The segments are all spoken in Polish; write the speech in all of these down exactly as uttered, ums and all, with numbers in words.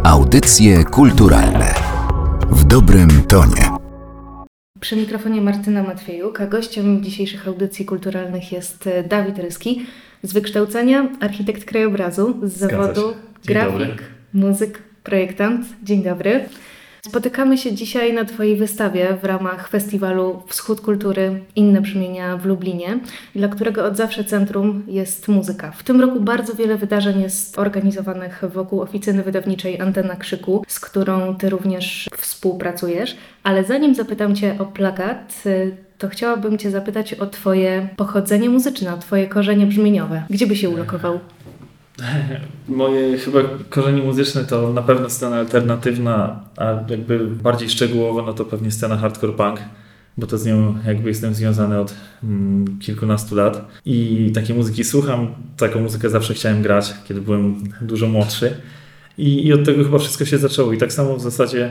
Audycje kulturalne w dobrym tonie. Przy mikrofonie Martyna Matwiejuk, a gościem dzisiejszych audycji kulturalnych jest Dawid Ryski, z wykształcenia architekt krajobrazu, z zawodu grafik, dobry. muzyk, projektant. Dzień dobry. Spotykamy się dzisiaj na Twojej wystawie w ramach festiwalu Wschód Kultury – Inne Brzmienia w Lublinie, dla którego od zawsze centrum jest muzyka. W tym roku bardzo wiele wydarzeń jest organizowanych wokół oficyny wydawniczej Antena Krzyku, z którą Ty również współpracujesz. Ale zanim zapytam Cię o plakat, to chciałabym Cię zapytać o Twoje pochodzenie muzyczne, o Twoje korzenie brzmieniowe. Gdzie by się ulokował? Moje chyba korzenie muzyczne to na pewno scena alternatywna, a jakby bardziej szczegółowo no to pewnie scena hardcore punk, bo to z nią jakby jestem związany od mm, kilkunastu lat i takiej muzyki słucham, taką muzykę zawsze chciałem grać, kiedy byłem dużo młodszy i, i od tego chyba wszystko się zaczęło i tak samo w zasadzie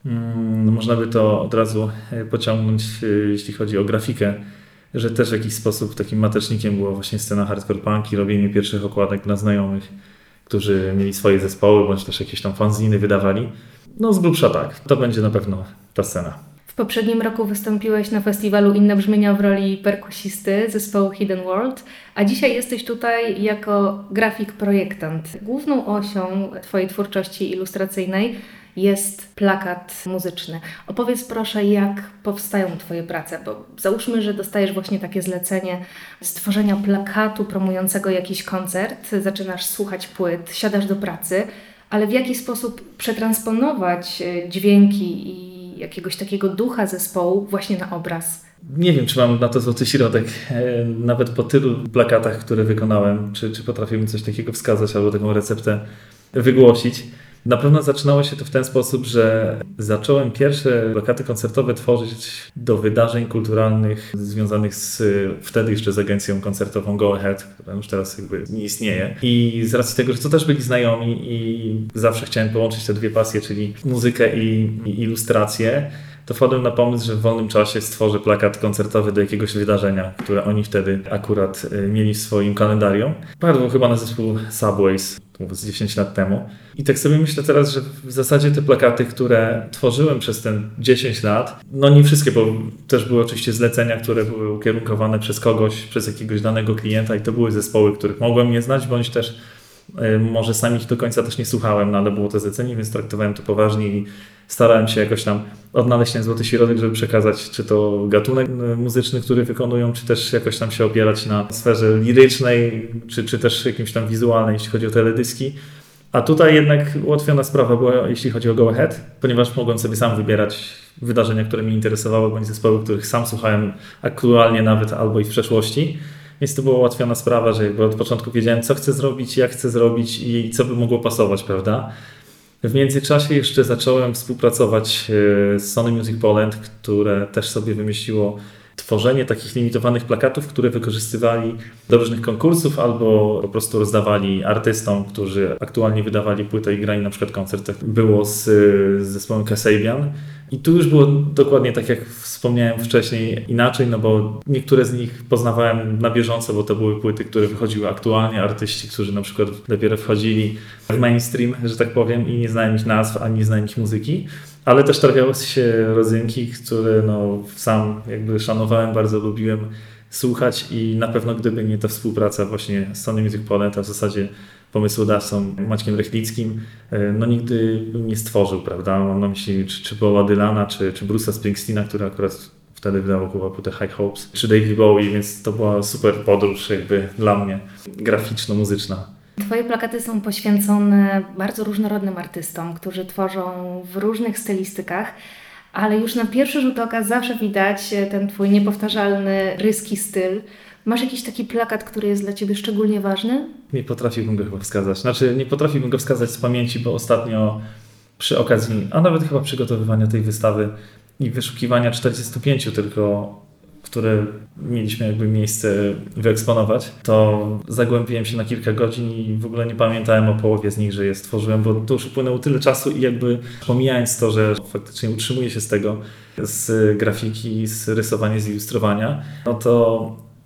mm, można by to od razu pociągnąć, jeśli chodzi o grafikę, że też w jakiś sposób takim matecznikiem była właśnie scena hardcore punk i robienie pierwszych okładek dla znajomych, którzy mieli swoje zespoły, bądź też jakieś tam fanziny wydawali. No z grubsza tak, to będzie na pewno ta scena. W poprzednim roku wystąpiłeś na festiwalu Inne Brzmienia w roli perkusisty zespołu Hidden World, a dzisiaj jesteś tutaj jako grafik projektant. Główną osią Twojej twórczości ilustracyjnej jest plakat muzyczny. Opowiedz proszę, jak powstają Twoje prace, bo załóżmy, że dostajesz właśnie takie zlecenie stworzenia plakatu promującego jakiś koncert, zaczynasz słuchać płyt, siadasz do pracy, ale w jaki sposób przetransponować dźwięki i jakiegoś takiego ducha zespołu właśnie na obraz? Nie wiem, czy mam na to złoty środek. Nawet po tylu plakatach, które wykonałem, czy, czy potrafię mi coś takiego wskazać albo taką receptę wygłosić. Na pewno zaczynało się to w ten sposób, że zacząłem pierwsze plakaty koncertowe tworzyć do wydarzeń kulturalnych związanych z wtedy jeszcze z agencją koncertową Go Ahead, która już teraz jakby nie istnieje. I z racji tego, że to też byli znajomi i zawsze chciałem połączyć te dwie pasje, czyli muzykę i, i ilustrację, to wpadłem na pomysł, że w wolnym czasie stworzę plakat koncertowy do jakiegoś wydarzenia, które oni wtedy akurat mieli w swoim kalendarium. Padło chyba na zespół Subways, z dziesięć lat temu. I tak sobie myślę teraz, że w zasadzie te plakaty, które tworzyłem przez ten dziesięć lat, no nie wszystkie, bo też były oczywiście zlecenia, które były ukierunkowane przez kogoś, przez jakiegoś danego klienta i to były zespoły, których mogłem nie znać, bądź też y, może sam ich do końca też nie słuchałem, no ale było to zlecenie, więc traktowałem to poważnie i starałem się jakoś tam odnaleźć ten złoty środek, żeby przekazać czy to gatunek muzyczny, który wykonują, czy też jakoś tam się opierać na sferze lirycznej, czy, czy też jakimś tam wizualnej, jeśli chodzi o teledyski. A tutaj jednak ułatwiona sprawa była, jeśli chodzi o Go Ahead, ponieważ mogłem sobie sam wybierać wydarzenia, które mnie interesowały, bądź zespoły, których sam słuchałem aktualnie nawet albo i w przeszłości. Więc to była ułatwiona sprawa, że jakby od początku wiedziałem, co chcę zrobić, jak chcę zrobić i co by mogło pasować, prawda? W międzyczasie jeszcze zacząłem współpracować z Sony Music Poland, które też sobie wymyśliło tworzenie takich limitowanych plakatów, które wykorzystywali do różnych konkursów albo po prostu rozdawali artystom, którzy aktualnie wydawali płytę i grali na przykład koncert. Było z, z zespołem Kasabian. I tu już było dokładnie tak, jak wspomniałem wcześniej, inaczej, no bo niektóre z nich poznawałem na bieżąco, bo to były płyty, które wychodziły aktualnie, artyści, którzy na przykład dopiero wchodzili w mainstream, że tak powiem, i nie znałem ich nazw, ani nie znałem ich muzyki, ale też trafiały się rodzynki, które no, sam jakby szanowałem, bardzo lubiłem słuchać i na pewno gdyby nie ta współpraca właśnie z Sony Music Poland, a w zasadzie pomysłodawcą Maćkiem Rechlickim, no nigdy bym nie stworzył, prawda? Mam na myśli czy, czy Boba Dylana, czy, czy Bruce'a Springsteena, który akurat wtedy wydawał chyba płytę High Hopes, czy David Bowie, więc to była super podróż jakby dla mnie, graficzno-muzyczna. Twoje plakaty są poświęcone bardzo różnorodnym artystom, którzy tworzą w różnych stylistykach, ale już na pierwszy rzut oka zawsze widać ten Twój niepowtarzalny, ryski styl. Masz jakiś taki plakat, który jest dla Ciebie szczególnie ważny? Nie potrafiłbym go chyba wskazać. Znaczy nie potrafiłbym go wskazać z pamięci, bo ostatnio przy okazji, a nawet chyba przygotowywania tej wystawy i wyszukiwania czterdziestu pięciu tylko, które mieliśmy jakby miejsce wyeksponować, to zagłębiłem się na kilka godzin i w ogóle nie pamiętałem o połowie z nich, że je stworzyłem, bo to już upłynęło tyle czasu i jakby pomijając to, że faktycznie utrzymuję się z tego, z grafiki, z rysowania, z ilustrowania, no to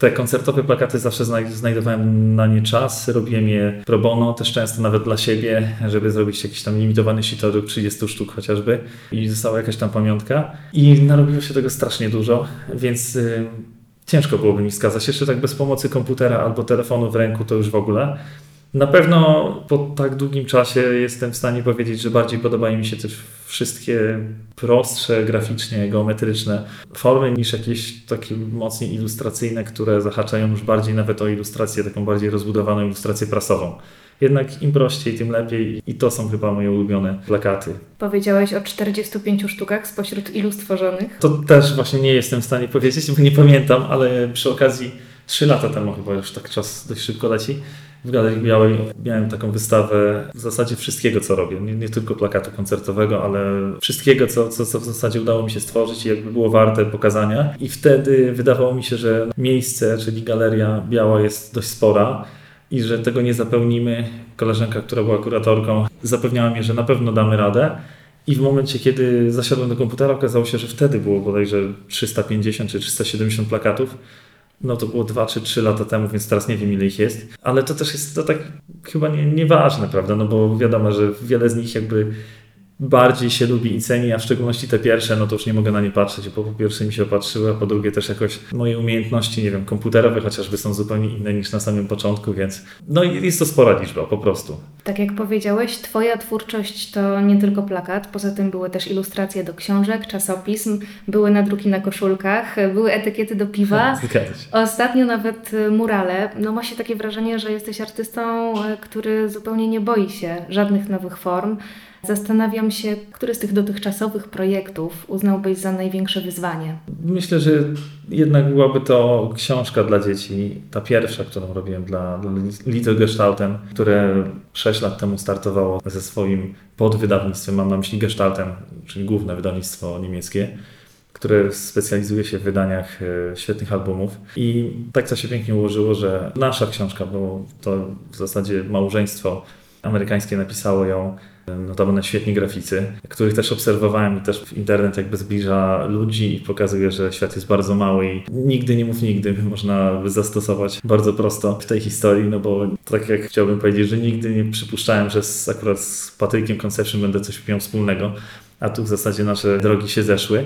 Te koncertowe plakaty zawsze znajdowałem na nie czas, robiłem je pro bono, też często nawet dla siebie, żeby zrobić jakiś tam limitowany sitodruk, trzydzieści sztuk chociażby i została jakaś tam pamiątka. I narobiło się tego strasznie dużo, więc yy, ciężko byłoby mi wskazać. Jeszcze tak bez pomocy komputera albo telefonu w ręku to już w ogóle. Na pewno po tak długim czasie jestem w stanie powiedzieć, że bardziej podobają mi się też wszystkie prostsze, graficznie, geometryczne formy niż jakieś takie mocniej ilustracyjne, które zahaczają już bardziej nawet o ilustrację, taką bardziej rozbudowaną ilustrację prasową. Jednak im prościej, tym lepiej i to są chyba moje ulubione plakaty. Powiedziałeś o czterdziestu pięciu sztukach spośród ilu stworzonych? To też właśnie nie jestem w stanie powiedzieć, bo nie pamiętam, ale przy okazji trzy lata temu chyba już tak czas dość szybko leci. W Galerii Białej miałem taką wystawę w zasadzie wszystkiego, co robię. Nie, nie tylko plakatu koncertowego, ale wszystkiego, co, co, co w zasadzie udało mi się stworzyć i jakby było warte pokazania. I wtedy wydawało mi się, że miejsce, czyli Galeria Biała jest dość spora i że tego nie zapełnimy. Koleżanka, która była kuratorką, zapewniała mnie, że na pewno damy radę. I w momencie, kiedy zasiadłem do komputera, okazało się, że wtedy było bodajże trzysta pięćdziesiąt czy trzysta siedemdziesiąt plakatów. No to było dwa czy trzy lata temu, więc teraz nie wiem ile ich jest. Ale to też jest to tak chyba nie, nieważne, prawda? No bo wiadomo, że wiele z nich jakby bardziej się lubi i ceni, a w szczególności te pierwsze, no to już nie mogę na nie patrzeć, bo po pierwsze mi się opatrzyły, a po drugie też jakoś moje umiejętności, nie wiem, komputerowe chociażby są zupełnie inne niż na samym początku, więc no jest to spora liczba po prostu. Tak jak powiedziałeś, twoja twórczość to nie tylko plakat, poza tym były też ilustracje do książek, czasopism, były nadruki na koszulkach, były etykiety do piwa. Zgadza się. Ostatnio nawet murale. No ma się takie wrażenie, że jesteś artystą, który zupełnie nie boi się żadnych nowych form. Zastanawiam się, który z tych dotychczasowych projektów uznałbyś za największe wyzwanie? Myślę, że jednak byłaby to książka dla dzieci, ta pierwsza, którą robiłem dla, dla Little Gestalten, które sześć lat temu startowało ze swoim podwydawnictwem, mam na myśli Gestalten, czyli główne wydawnictwo niemieckie, które specjalizuje się w wydaniach świetnych albumów. I tak to się pięknie ułożyło, że nasza książka, bo to w zasadzie małżeństwo amerykańskie napisało ją, notabene świetni graficy, których też obserwowałem i też internet jakby zbliża ludzi i pokazuje, że świat jest bardzo mały i nigdy nie mów nigdy można by zastosować bardzo prosto w tej historii, no bo tak jak chciałbym powiedzieć, że nigdy nie przypuszczałem, że z, akurat z Patrykiem Conception będę coś miał wspólnego, a tu w zasadzie nasze drogi się zeszły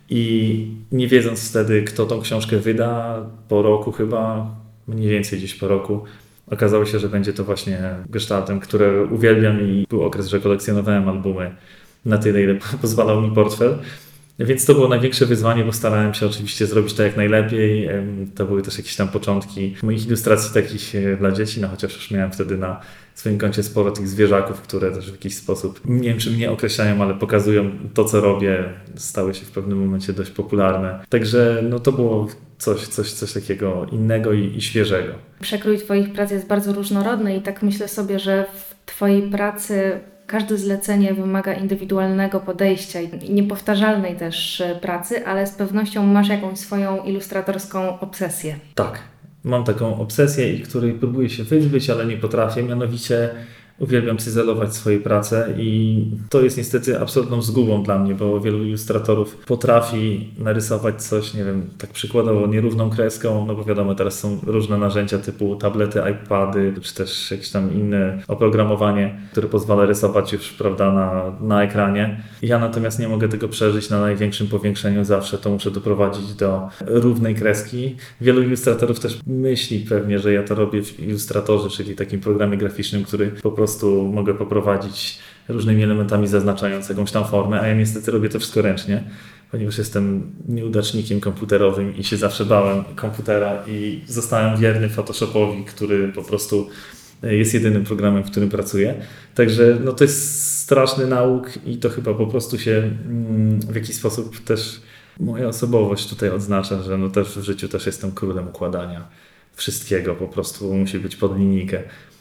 i nie wiedząc wtedy, kto tą książkę wyda, po roku chyba, mniej więcej gdzieś po roku, okazało się, że będzie to właśnie Gestaltem, które uwielbiam i był okres, że kolekcjonowałem albumy na tyle, ile pozwalał mi portfel. Więc to było największe wyzwanie, bo starałem się oczywiście zrobić to jak najlepiej. To były też jakieś tam początki moich ilustracji takich dla dzieci, no chociaż już miałem wtedy na swoim koncie sporo tych zwierzaków, które też w jakiś sposób, nie wiem czy mnie określają, ale pokazują to, co robię. Stały się w pewnym momencie dość popularne. Także no to było coś, coś, coś takiego innego i, i świeżego. Przekrój twoich prac jest bardzo różnorodny i tak myślę sobie, że w twojej pracy każde zlecenie wymaga indywidualnego podejścia i niepowtarzalnej też pracy, ale z pewnością masz jakąś swoją ilustratorską obsesję. Tak, mam taką obsesję, i której próbuję się wyzbyć, ale nie potrafię, mianowicie uwielbiam cyzelować swoje prace i to jest niestety absolutną zgubą dla mnie, bo wielu ilustratorów potrafi narysować coś, nie wiem, tak przykładowo nierówną kreską, no bo wiadomo, teraz są różne narzędzia typu tablety, iPady, czy też jakieś tam inne oprogramowanie, które pozwala rysować już, prawda, na, na ekranie. Ja natomiast nie mogę tego przeżyć na największym powiększeniu, zawsze to muszę doprowadzić do równej kreski. Wielu ilustratorów też myśli pewnie, że ja to robię w Illustratorze, czyli takim programie graficznym, który po prostu Po prostu mogę poprowadzić różnymi elementami zaznaczając jakąś tam formę, a ja niestety robię to wszystko ręcznie, ponieważ jestem nieudacznikiem komputerowym i się zawsze bałem komputera i zostałem wierny Photoshopowi, który po prostu jest jedynym programem, w którym pracuję. Także no to jest straszny nauk i to chyba po prostu się mm, w jakiś sposób też moja osobowość tutaj odznacza, że no też w życiu też jestem królem układania wszystkiego, po prostu musi być pod linijkę.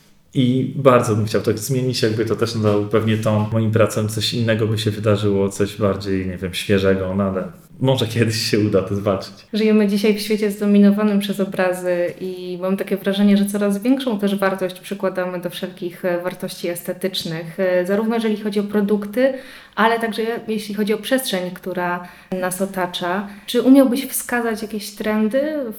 I bardzo bym chciał to zmienić, jakby to też nadał pewnie tą moim pracom, coś innego by się wydarzyło, coś bardziej, nie wiem, świeżego, no ale może kiedyś się uda to zwalczyć. Żyjemy dzisiaj w świecie zdominowanym przez obrazy i mam takie wrażenie, że coraz większą też wartość przykładamy do wszelkich wartości estetycznych, zarówno jeżeli chodzi o produkty, ale także jeśli chodzi o przestrzeń, która nas otacza. Czy umiałbyś wskazać jakieś trendy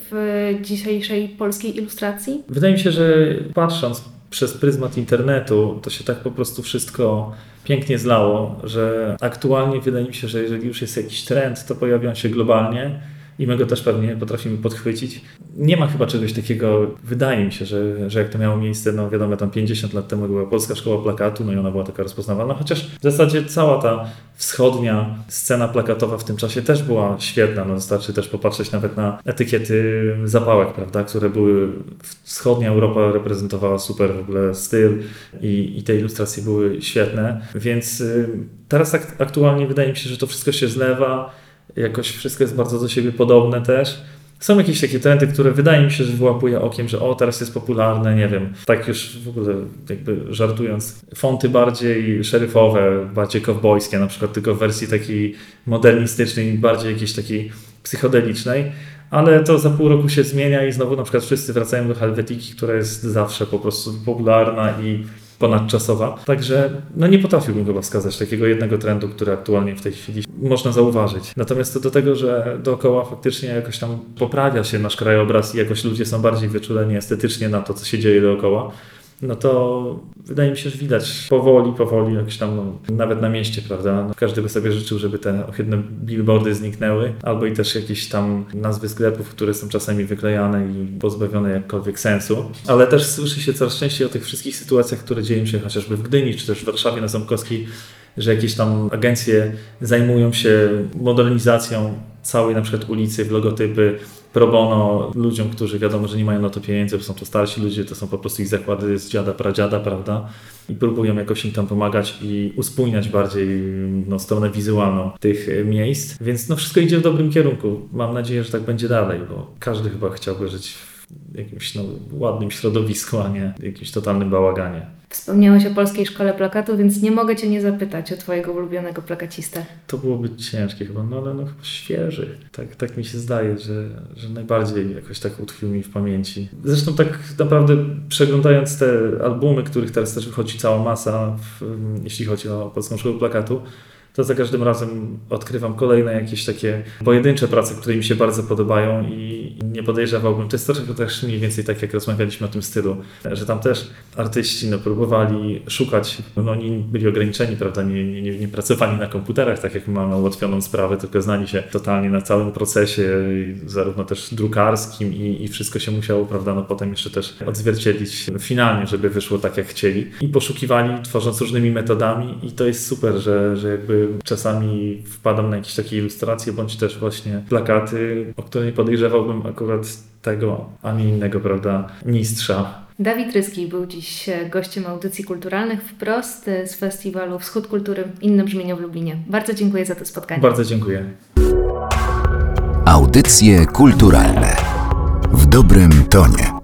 w dzisiejszej polskiej ilustracji? Wydaje mi się, że patrząc przez pryzmat internetu, to się tak po prostu wszystko pięknie zlało, że aktualnie wydaje mi się, że jeżeli już jest jakiś trend, to pojawia się globalnie i my go też pewnie potrafimy podchwycić. Nie ma chyba czegoś takiego, wydaje mi się, że, że jak to miało miejsce, no wiadomo, tam pięćdziesiąt lat temu była Polska Szkoła Plakatu, no i ona była taka rozpoznawalna, chociaż w zasadzie cała ta wschodnia scena plakatowa w tym czasie też była świetna, no wystarczy też popatrzeć nawet na etykiety zapałek, prawda, które były, wschodnia Europa reprezentowała super w ogóle styl i, i te ilustracje były świetne, więc y, teraz tak aktualnie wydaje mi się, że to wszystko się zlewa. Jakoś wszystko jest bardzo do siebie podobne też. Są jakieś takie trendy, które wydaje mi się, że wyłapuje okiem, że o, teraz jest popularne, nie wiem, tak już w ogóle jakby żartując, fonty bardziej szeryfowe, bardziej kowbojskie, na przykład tylko w wersji takiej modernistycznej, bardziej jakiejś takiej psychodelicznej, ale to za pół roku się zmienia i znowu na przykład wszyscy wracają do helvetiki, która jest zawsze po prostu popularna i ponadczasowa. Także no nie potrafiłbym chyba wskazać takiego jednego trendu, który aktualnie w tej chwili można zauważyć. Natomiast to do tego, że dookoła faktycznie jakoś tam poprawia się nasz krajobraz i jakoś ludzie są bardziej wyczuleni estetycznie na to, co się dzieje dookoła, no to wydaje mi się, że widać powoli, powoli jakoś tam, no, nawet na mieście, prawda? No, każdy by sobie życzył, żeby te ohydne billboardy zniknęły, albo i też jakieś tam nazwy sklepów, które są czasami wyklejane i pozbawione jakkolwiek sensu. Ale też słyszy się coraz częściej o tych wszystkich sytuacjach, które dzieją się chociażby w Gdyni, czy też w Warszawie na Ząbkowskiej, że jakieś tam agencje zajmują się modernizacją całej na przykład ulicy w logotypy pro bono ludziom, którzy wiadomo, że nie mają na to pieniędzy, bo są to starsi ludzie, to są po prostu ich zakłady z dziada, pradziada, prawda? I próbują jakoś im tam pomagać i uspójniać bardziej no, stronę wizualną tych miejsc. Więc no wszystko idzie w dobrym kierunku. Mam nadzieję, że tak będzie dalej, bo każdy chyba chciałby żyć w jakimś no, ładnym środowisku, a nie w jakimś totalnym bałaganie. Wspomniałeś o Polskiej Szkole Plakatu, więc nie mogę Cię nie zapytać o Twojego ulubionego plakacistę. To byłoby ciężkie chyba, no ale no chyba świeży. Tak, tak mi się zdaje, że, że najbardziej jakoś tak utkwił mi w pamięci. Zresztą tak naprawdę przeglądając te albumy, których teraz też wychodzi cała masa, w, jeśli chodzi o Polską Szkołę Plakatu, to za każdym razem odkrywam kolejne jakieś takie pojedyncze prace, które mi się bardzo podobają i nie podejrzewałbym. To jest trochę też mniej więcej tak, jak rozmawialiśmy o tym stylu, że tam też artyści no, próbowali szukać, no oni byli ograniczeni, prawda, nie, nie, nie pracowali na komputerach, tak jak my mamy ułatwioną sprawę, tylko znali się totalnie na całym procesie, zarówno też drukarskim i, i wszystko się musiało, prawda, no potem jeszcze też odzwierciedlić finalnie, żeby wyszło tak, jak chcieli. I poszukiwali, tworząc różnymi metodami i to jest super, że, że jakby czasami wpadam na jakieś takie ilustracje, bądź też właśnie plakaty, o które nie podejrzewałbym akurat tego, ani innego, prawda, mistrza. Dawid Ryski był dziś gościem audycji kulturalnych wprost z festiwalu Wschód Kultury Inne Brzmienia w Lublinie. Bardzo dziękuję za to spotkanie. Bardzo dziękuję. Audycje kulturalne w dobrym tonie.